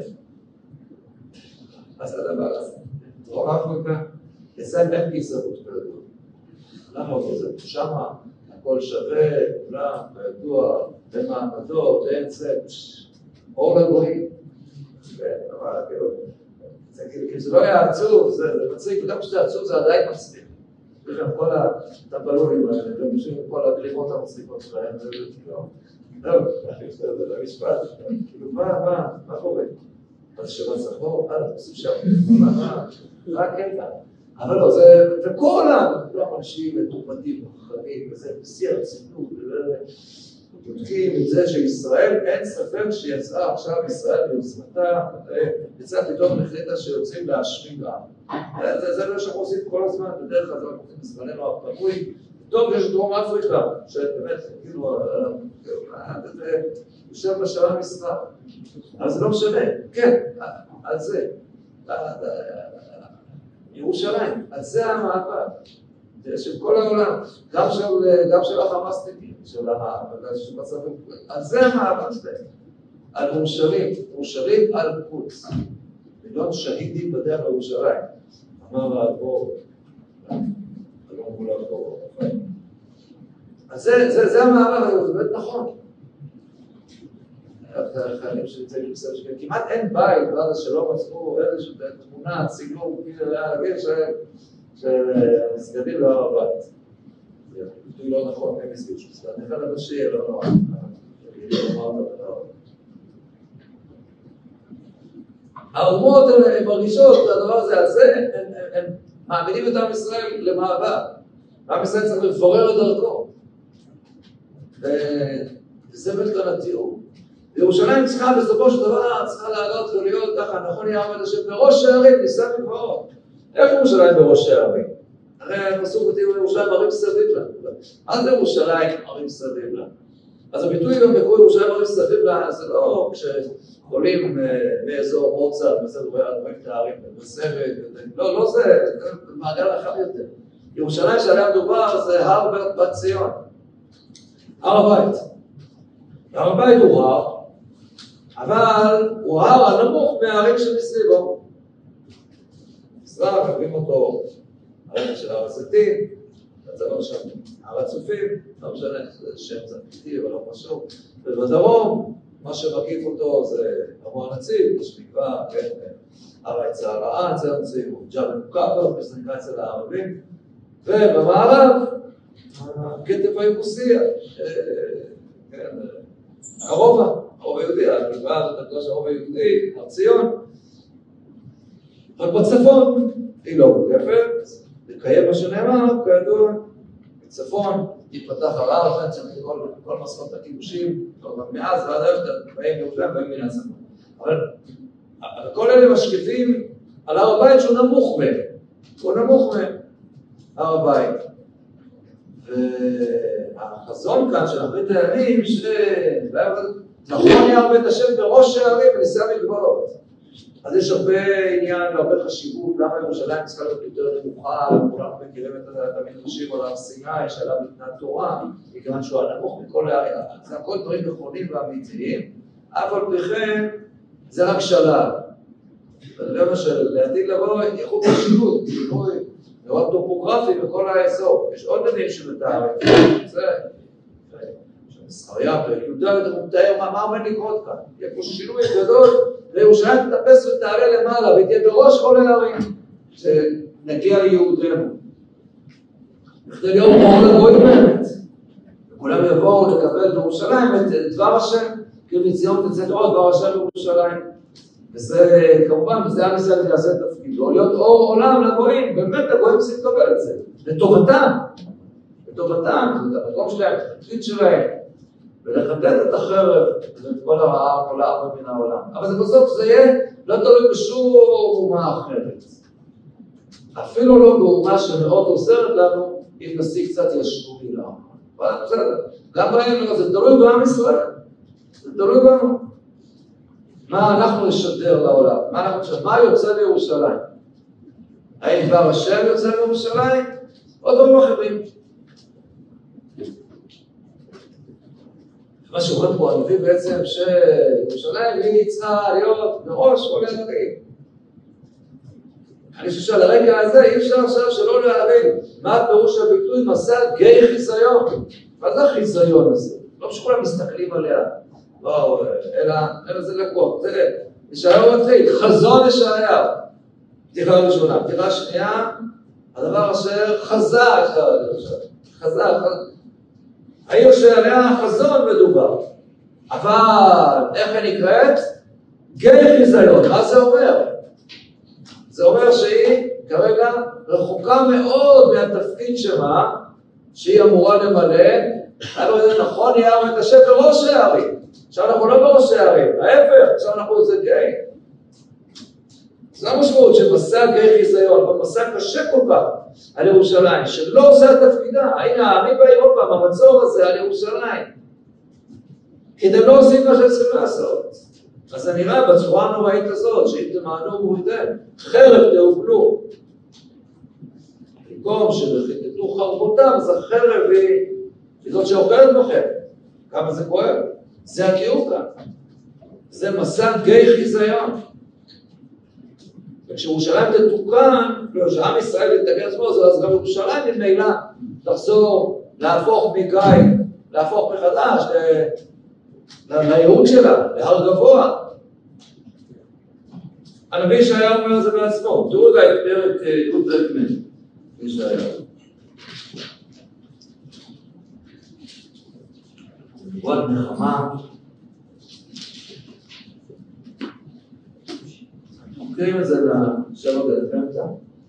[SPEAKER 2] אז הדבר הזה, דרום אפריקה, אצלם אין גזענות בגדול. אנחנו כזה, שמה הכל שווה, כולם, בידוע, במעמדות, אין זה, אור לגויים. אבל כאילו, זה לא היה עצוב, זה מצליק, וגם כשזה עצוב זה עדיין מצליק. יש להם כל הטבלונים האלה, והם יושבים עם כל הגלימות המצליקות שלהם, זה כאילו, לא, זה לא משפט, כאילו, מה, מה, מה קורה? אז שבצחור, אה, עושים שם, רק קטע. אבל לא, זה, וכל האנשים מטורפדים, חכמים, וזה בשיא הרצינות, ובודקים את זה שישראל, אין ספק שיצאה עכשיו ישראל מיוזמתה, יצאה פתאום החליטה שיוצאים להשמיד עם. זה לא שאנחנו עושים כל הזמן, בדרך כלל אנחנו עושים בזמננו הפנוי, טוב, יש דרום אפריקה, שבאמת, כאילו, זה יושב בשלב המשחק. אז זה לא משנה, כן, על זה. ירושלים, על זה המאבק. של כל העולם, גם של, גם של החמאסניקים, של המצבים, על זה המאבק שלהם. על ירושלים, ירושלים על קודס. מיליון שהידים בדרך לירושלים. אמר האדמו"ר, לא מול האדמו"ר. אז זה, זה, זה המאבק, זה באמת נכון. החיילים שנמצאים בסדר שכן, כמעט אין בית, ואז שלא מצאו איזושהי תמונה, צילום, כאילו היה להגיד שהמסגדים לא הר הבית. זה ביטוי לא נכון, הם הסבירו שמסגד. אחד אנשים לא נורא. האומות הן מרגישות את הדבר הזה, על זה הם מעמידים את עם ישראל למאבק. עם ישראל צריך לפורר את דרכו. וזה באמת כאן התיאור. ירושלים צריכה בסופו של דבר, צריכה לעלות ולהיות ככה, נכון יעמד השם בראש הערים, נישא מגבעות. איך ירושלים בראש הערים? הרי הפסוק בתיאור ירושלים ערים סביב לה. אז ירושלים ערים סביב לה. אז הביטוי גם בקרוא ירושלים ערים סביב לה, זה לא כשעולים מאזור מוצא, בסדר, רואים את הערים בסרט, לא, לא זה, זה מעגל רחב יותר. ירושלים שעליה מדובר זה הר בת ציון. הר הבית. הר הבית הוא הר, אבל הוא הר הנמוך מהערים שמסביבו. בסדר, קוראים אותו הערים של הר הזיתים, זה לא שם הר הצופים, לא משנה, זה שם זקתי אבל לא משהו. ובדרום, מה שמקיף אותו זה ארמון הנציב, יש נקרא, כן, הר העצה הרעה, זה הנציב, הוא ג'בל מוקאבר, זה נקרא אצל הערבים. ובמערב, הכתב היבוסי, כן, הרובע, הרובע היהודי, הגבעה הזאת הקדוש הרובע היהודי, הר ציון. רק בצפון היא לא מוקפת, לקיים מה שנאמר, כידוע, בצפון יתפתח הרער, לכן צריך כל מסעות הכיבושים, מאז ועד היום, באים ירושלים, באים מן הצפון. אבל כל אלה משקיפים על הר הבית שהוא נמוך מהם, הוא נמוך מהם, הר הבית. והחזון כאן של אחרית הימים, שנכון יהיה בית השם בראש הערים ונישא מגבעות. אז יש הרבה עניין והרבה חשיבות, למה ירושלים צריכה להיות יותר נמוכה, כולנו מכירים את המדרשים על הר סיני, שעליו ניתנה תורה, מכיוון שהוא הנמוך מכל הערים, זה הכל דברים נכונים ואמיתיים, אף על פי כן זה רק שלב. זה מה שלעתיד לבוא, ייחוד חשיבות, נראות טופוגרפי בכל האזור, יש עוד דברים שמתארים, זה, זכריה ביהודה, הוא מתאר מה עומד לקרות כאן, יהיה פה שינוי גדול, וירושלים תטפס ותעלה למעלה, ותהיה בראש כל הערים, שנגיע ליהודנו. בכדי להיות אור לגויים באמת, וכולם יבואו לקבל בירושלים את דבר השם, כי מציון תצא עוד דבר השם בירושלים. וזה כמובן, וזה עם ישראל יעשה את תפקידו, להיות אור עולם לגויים, באמת לגויים צריכים לקבל את זה, לטובתם, לטובתם, זאת המקום שלהם, התפקיד שלהם, ולחדד את החרב, ואת כל הרעה, כל העם מן העולם. אבל זה בסוף זה יהיה לא תלוי בשום אומה אחרת. אפילו לא באומה שמאוד עוזרת לנו, אם נשיג קצת ישרו מילה. אבל בסדר, גם בהם זה תלוי בעם ישראל, זה תלוי בנו. מה אנחנו נשדר לעולם? מה אנחנו נשדר? מה יוצא לירושלים? האם דבר השם יוצא לירושלים? או דברים אחרים. מה שאומר פה הנביא בעצם שירושלים היא צריכה להיות בראש כל הדברים. אני חושב שעל הרקע הזה אי אפשר עכשיו שלא להבין מה פירוש הביטוי מסע גיא חיזיון. מה זה החיזיון הזה? לא שכולם מסתכלים עליה. לא, אלא, אלא זה לקוח. זה ישעיהו מתחיל, חזון ישעיהו. פתיחה ראשונה. פתיחה שנייה, הדבר אשר חזה ישעיהו. חזה, חזה. העיר שעליה החזון מדובר, אבל איך היא נקראת? גיא חיזיון. מה זה אומר? זה אומר שהיא כרגע רחוקה מאוד מהתפקיד שלה, שהיא אמורה למלא, אבל זה נכון, היא אמרה את השם בראש הערים. עכשיו אנחנו לא בראש הערים, ההפך, עכשיו אנחנו עושה גיא. זו המשמעות של מסע גיא חיזיון, אבל מסע קשה כל כך על ירושלים, שלא עושה את תפקידה. הנה, אני באירופה, במצור הזה על ירושלים. כי אתם לא עושים מה שהם צריכים לעשות. אז זה נראה בצורה הנוראית הזאת, שאם תמענו מורידם, חרב תאוכלו. במקום שחיטטו חרבותם, אז החרב היא זאת שאוכלת בכם. כמה זה כואב? זה הקיום כאן. זה מסע גיא חיזיון. וכשירושלים תתוקן, כשעם ישראל יתקן עצמו, אז גם ירושלים ממילא תחזור להפוך מגיא, להפוך מחדש לייעוד שלה, להר גבוה. הנביא ישעיהו אומר זה בעצמו, תראו רגע את פרק י"ט ישעיהו. נבואת נחמה. מכירים את זה לשבע ולפמתה.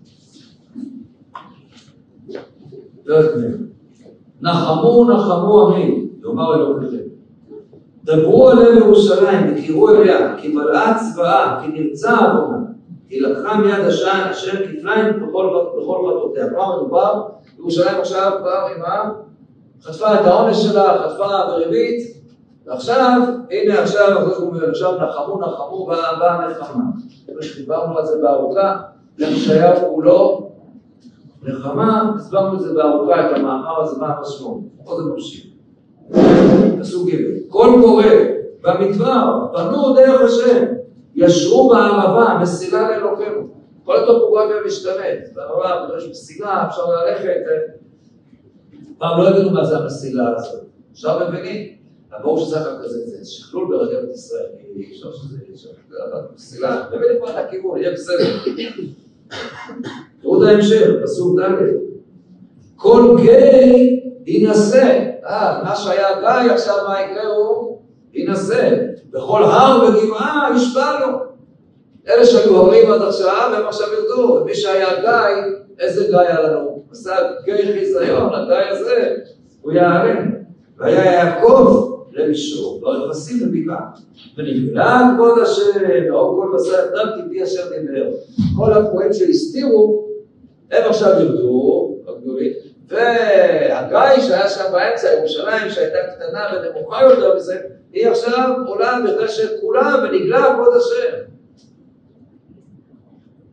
[SPEAKER 2] פרק מ' נחמו נחמו עמי, יאמר אלוקיכם. דברו עליה ירושלים וקראו אליה, כי מלאה צבאה, כי נרצה עוונה, כי לקחה מיד השם כפליים בכל חטאותיה. כלומר מדובר, ירושלים עכשיו כבר אימה, חטפה את העונש שלה, חטפה בריבית, ועכשיו, הנה עכשיו, עכשיו נחמו נחמו באה נחמה. דיברנו על זה בארוכה, ישעיהו כולו נחמה, הסברנו את זה בארוכה, את המאמר הזה, מה המשמעות. עוד ממשיך. פסוק ג' כל קורא במדבר, פנו דרך השם, ישרו בערבה, מסילה לאלוקינו. כל הטופוגרפיה משתנית, בערבה, יש מסילה, אפשר ללכת. פעם לא יגידו מה זה המסילה הזאת. עכשיו מבינים? ברור שזה אחר כזה, זה שכלול ברגבת ישראל, אי אפשר שזה יהיה מסילה, באמת כבר את הכיוון, יהיה בסדר. תראו את ההמשך, פסוק ד' כל גיא ינסה. אה, מה שהיה גיא, עכשיו מה יקרה הוא? ינסה. בכל הר וגבעה ישבע לו. אלה שהיו הורים עד עכשיו, הם עכשיו ירדו. ומי שהיה גיא, איזה גיא היה לנו? עשה גיא חיזיון, הגיא הזה, הוא יערם. והיה יעקב למישור, לא יחסים לבקעה. ונגלה כבוד השם, לאור כל בשר יחדיו כפי אשר דיבר. כל הקבועים שהסתירו, הם עכשיו ירדו, הגדולים, והגיא שהיה שם באמצע, ירושלים שהייתה קטנה ונמוכה יותר מזה, היא עכשיו עולה בכדי של כולם ונגלה כבוד השם.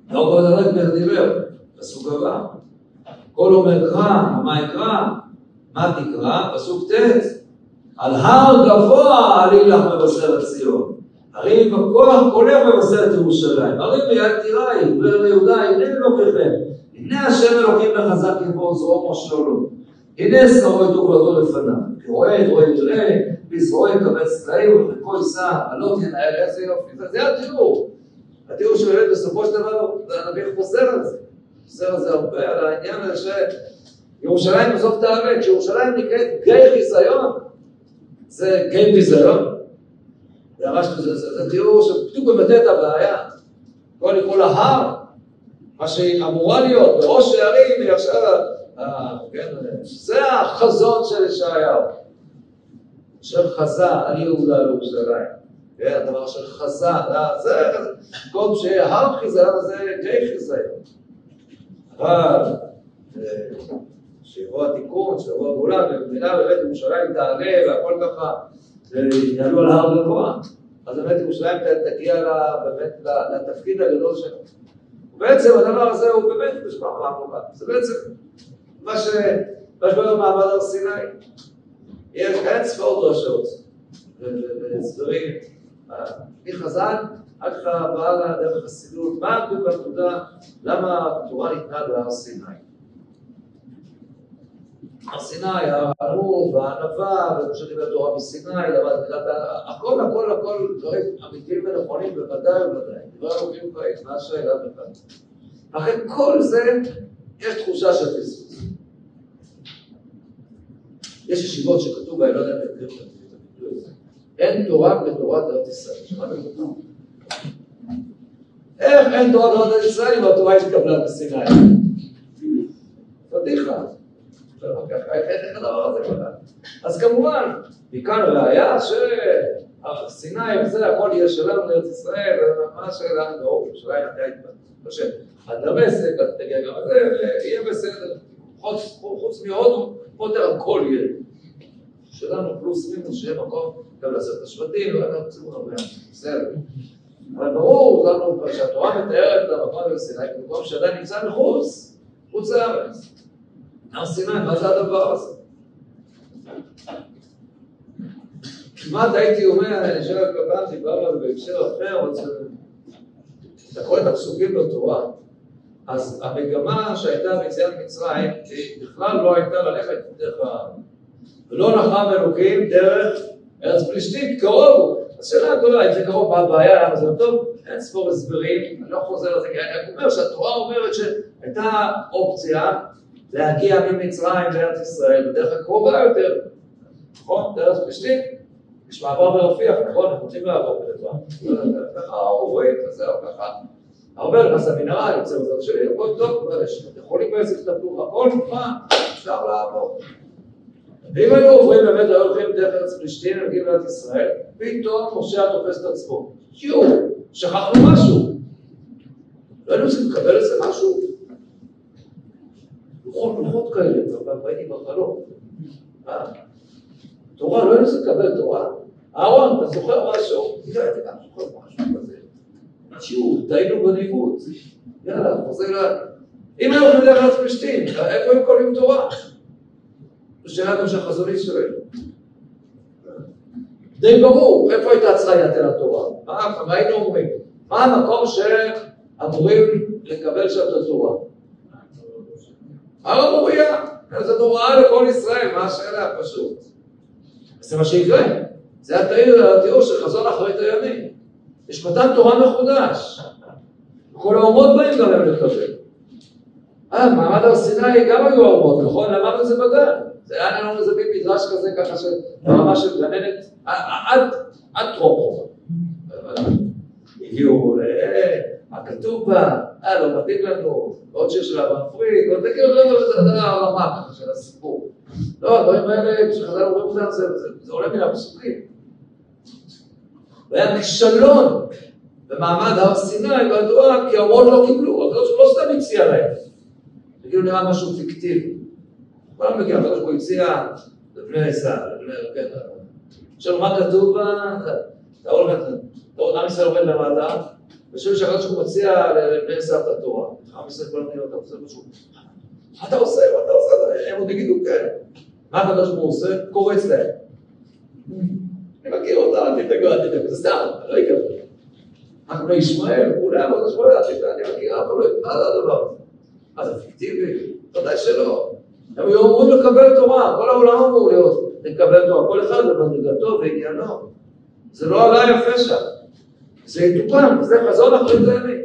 [SPEAKER 2] לא כל דבר כבר דיבר, פסוק הבא. כל אומר קרא, מה יקרא? מה תקרא? פסוק ט' על הר גבוה עלי לך מבשרת ציון. הרים בכוח קולך מבשרת ירושלים. הרים ביד תיראי, וליהודה, הנה אלוקיכם. הנה השם אלוקים לחזק יבוא זרוע מושלו. הנה שרו את וגלתו לפניו. כי רואה את רואה יראה, בזרוע יקבץ צלעים וחלקו יישא, עלות ינהל, איזה יופי. זה התיאור. התיאור שבאמת בסופו של דבר, הנביא חוזר על זה. חוזר על זה הרבה, על העניין הזה שירושלים בסוף תעלה, כשירושלים נקראת גיא חיזיון, זה גיא ביזיון. זה ממש כזה, זה תיאור שבדיוק מבטא את הבעיה. כל לקרוא להר, מה שהיא אמורה להיות, בראש הערים, היא עכשיו, זה החזון של ישעיהו. אשר חזה על יהודה לירושלים. כן, הדבר של חזה, זה כל שיהיה הר חיזיון, זה גיא חיזיון. אבל שיבוא התיקון, שיבוא הגאולה, ובמילה באמת ירושלים תעלה והכל ככה, יעלו על הר גבוה, אז באמת ירושלים תגיע באמת לתפקיד הגדול שלו. ובעצם הדבר הזה הוא באמת משפח מהמובן. זה בעצם מה שקורה במעמד הר סיני. יש כאן ספור דרשות והסברים מחז"ל עד ככה דרך החסידות, מה בדיוק הנקודה, למה התורה ניתנה בהר סיני. הר סיני, הענוב, הענווה, וכמו שדיבר תורה מסיני, הכל, הכל, הכל דברים אמיתיים ונכונים, בוודאי ובוודאי. דברים אלוקים חיים, מה השאלה בכלל. אחרי כל זה, יש תחושה של פיסוס. יש ישיבות שכתוב בה, לא יודע אם אתם מכירים את הביטוי הזה. אין תורה כתורת ארץ ישראל. שמעתם אותם? איך אין תורה כתורת ארץ ישראל אם התורה התקבלה בסיני? פדיחה. איך הדבר הזה כלל? אז כמובן, מכאן ראיה שהסיני וזה הכל יהיה שלנו לארץ ישראל, ומה שלנו, לא, שאלה היא התפשט. הדמשק, תגיע גם לזה, ויהיה בסדר. חוץ מהודו, פותר הכל יהיה. שלנו פלוס מינוס שיהיה מקום גם לעשות את השבטים, ואנחנו צריכים הרבה, בסדר. אבל ברור לנו שהתורה מתארת למקום בסיני, במקום שעדיין נמצא מחוץ, חוץ לארץ. הר סיני, מה זה הדבר הזה? כמעט הייתי אומר, אני חושב כמובן, דיברנו על זה בהקשר אחר, אתה קורא את הפסוקים בתורה, אז המגמה שהייתה ביציאת מצרים, היא בכלל לא הייתה ללכת דרך העם. ולא נחם אלוקים דרך ארץ פלישתים, קרוב. אז שאלה הגדולה, אם זה קרוב, מה הבעיה, למה זה טוב? אין ספור הסברים, אני לא חוזר לזה, כי אני אומר שהתורה אומרת שהייתה אופציה להגיע ממצרים לארץ ישראל, בדרך הקרובה יותר, נכון? דרך פלישתים, יש מעבר ברפיח, נכון? אנחנו רוצים לעבור בדבר. ככה עוברים, וזהו, ככה. הרבה נכנס למנהרה, יוצא בזאת שלי, הכל טוב, אתם יכולים בעצם לטפלו, הכל מה, אפשר לעבור. ואם היינו עוברים באמת, היו הולכים דרך ארץ פלישתים, נגיעים לארץ ישראל, פתאום משה תופס את עצמו. יו, שכחנו משהו. לא היינו צריכים לקבל איזה משהו. לוחות לוחות כאלה, ראיתי בחלום. תורה, לא היינו צריכים לקבל תורה. אהרון, אתה זוכר משהו? תראה, אתה גם זוכר משהו כזה. שיעור, טעינו בניווט. יאללה, חוזר לה. אם היו הולכים דרך ארץ פלישתים, איפה הם קוראים תורה? זו שאלה גם שהחזון איש שלנו. די ברור, איפה הייתה הצריית אל התורה? מה היינו אומרים? מה המקום שאמורים לקבל שם את התורה? הר המוריה, זו הוראה לכל ישראל, מה השאלה? פשוט. זה מה שיקרה. זה התיאור של חזון אחרית הימים. יש מתן תורה מחודש. כל האומות באים גם הם לקבל. אה, מעמד הר סיני גם היו האומות, נכון? למדנו את זה בגן. זה היה לנו איזה בין מדרש כזה, ככה ברמה של גננת, עד טרום חובה. הגיעו, מה כתוב בה? אה, לא מתאים לנו, עוד שיר של אברהם פריד, עוד כאילו לא, זה הרמה ככה של הסיפור. לא, הדברים האלה, כשחז"ל אומרים אותם, זה עולה מן הפסוקים. והיה כישלון במעמד הר סיני והתורה, כי האומות לא קיבלו, אבל לא סתם הציע להם. זה כאילו נראה משהו פיקטיבי. כולם מגיע, אבל הוא הציע לבני עשיו, לבני רקטה. עכשיו, מה כתוב בה? אתה אומר, עם ישראל עובד למטה, ושואל שהקדוש ברוך הוא מציע לבני סבתא תורה. עם ישראל כל המדינות, אתה עושה משהו. מה אתה עושה? מה אתה עושה? הם עוד יגידו, כן. מה הקדוש ברוך הוא עושה? קורץ להם. אני מכיר אותה, תתגעו, תתגעו, זה סתם, לא יקבל. רק בני ישמעאל, כולם עוד השמואל, אני מכיר, אבל לא, מה זה הדבר הזה? מה זה פיקטיבי? ודאי שלא. הם היו אמורים לקבל תורה, כל העולם אמור להיות לקבל תורה, כל אחד במדרגתו ועניינו. זה לא עלה יפה שם. זה יתוקן, זה חזון אחרית הימים.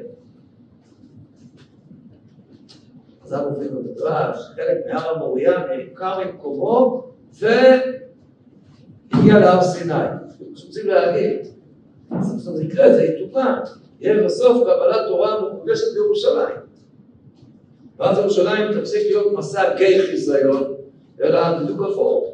[SPEAKER 2] אז זה מופיע במדרש, חלק מהר המוריה נעקר ממקומו והגיע להר סיני. רוצים להגיד, בסוף זה יקרה, זה יתוקן. יהיה בסוף קבלת תורה מוקדשת בירושלים. ואז ירושלים תפסיק להיות מסע גיא חיזיון, אלא בדיוק הפוך.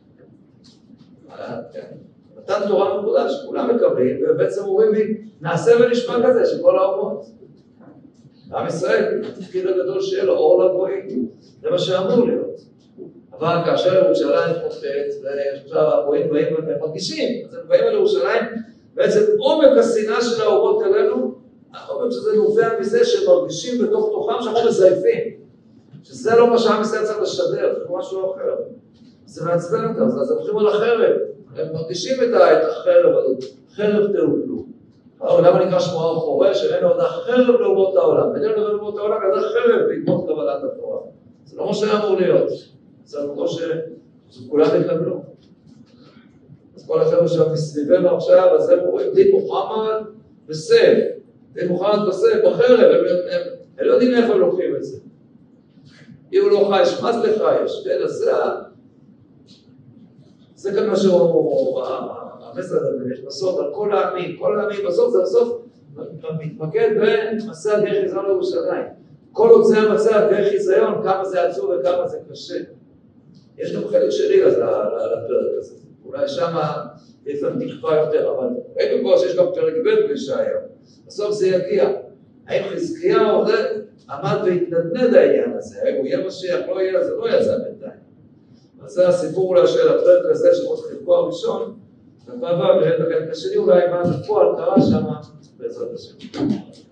[SPEAKER 2] מתן תורה מקודש, כולם מקבלים, ובעצם אומרים לי, נעשה ונשמע כזה של כל האומות. עם ישראל, התפקיד הגדול שיהיה לו אור לגויים, זה מה שאמור להיות. אבל כאשר ירושלים חוטאת, ועכשיו הגויים באים והם מרגישים, אז הם באים על ירושלים, בעצם עומק השנאה של האומות אלינו, העומק שזה נובע מזה שהם מרגישים בתוך תוכם שאנחנו מזייפים. שזה לא מה שעם ישראל צריך לשדר, זה משהו אחר. זה מעצבן אותם, אז הם הולכים על החרב. הם מרגישים את החרב הזאת, חרב תעולו. למה נקרא שמו הר חורש? שאין עוד החרב לאומות העולם. אין עוד לאומות העולם, אלא חרב בעקבות קבלת התורה. זה לא מה שהיה אמור להיות. זה אמור שכולם יקבלו. אז כל החבר'ה שם מסביבנו עכשיו, אז הם רואים דין מוחמד בסף. דין מוחמד בסף, בחרב, הם לא יודעים איפה הם לוקחים את זה. אם הוא לא חי, שמז לך יש, כן, אז זה זה כאן מה שהוא, המסר הזה, יש בסוף על כל העמים, כל העמים, בסוף זה בסוף מתמקד במסע דרך חיזיון לירושלים. כל עוד זה המצע דרך חיזיון, כמה זה עצוב וכמה זה קשה. יש גם חלק שלי אז לפרק הזה. אולי שמה יש לנו תקווה יותר, אבל ראינו פה שיש גם פרק ב' בישעיהו. בסוף זה יגיע. האם חזקיהו עמד והתנדנד העניין הזה? האם הוא יהיה משיח, לא יהיה, זה לא יצא בינתיים. אז זה הסיפור אולי של הפרק הזה, שעוד חלקו הראשון, ובא בא, ואת החלק השני אולי מה בפועל קרה שם בעזרת השם.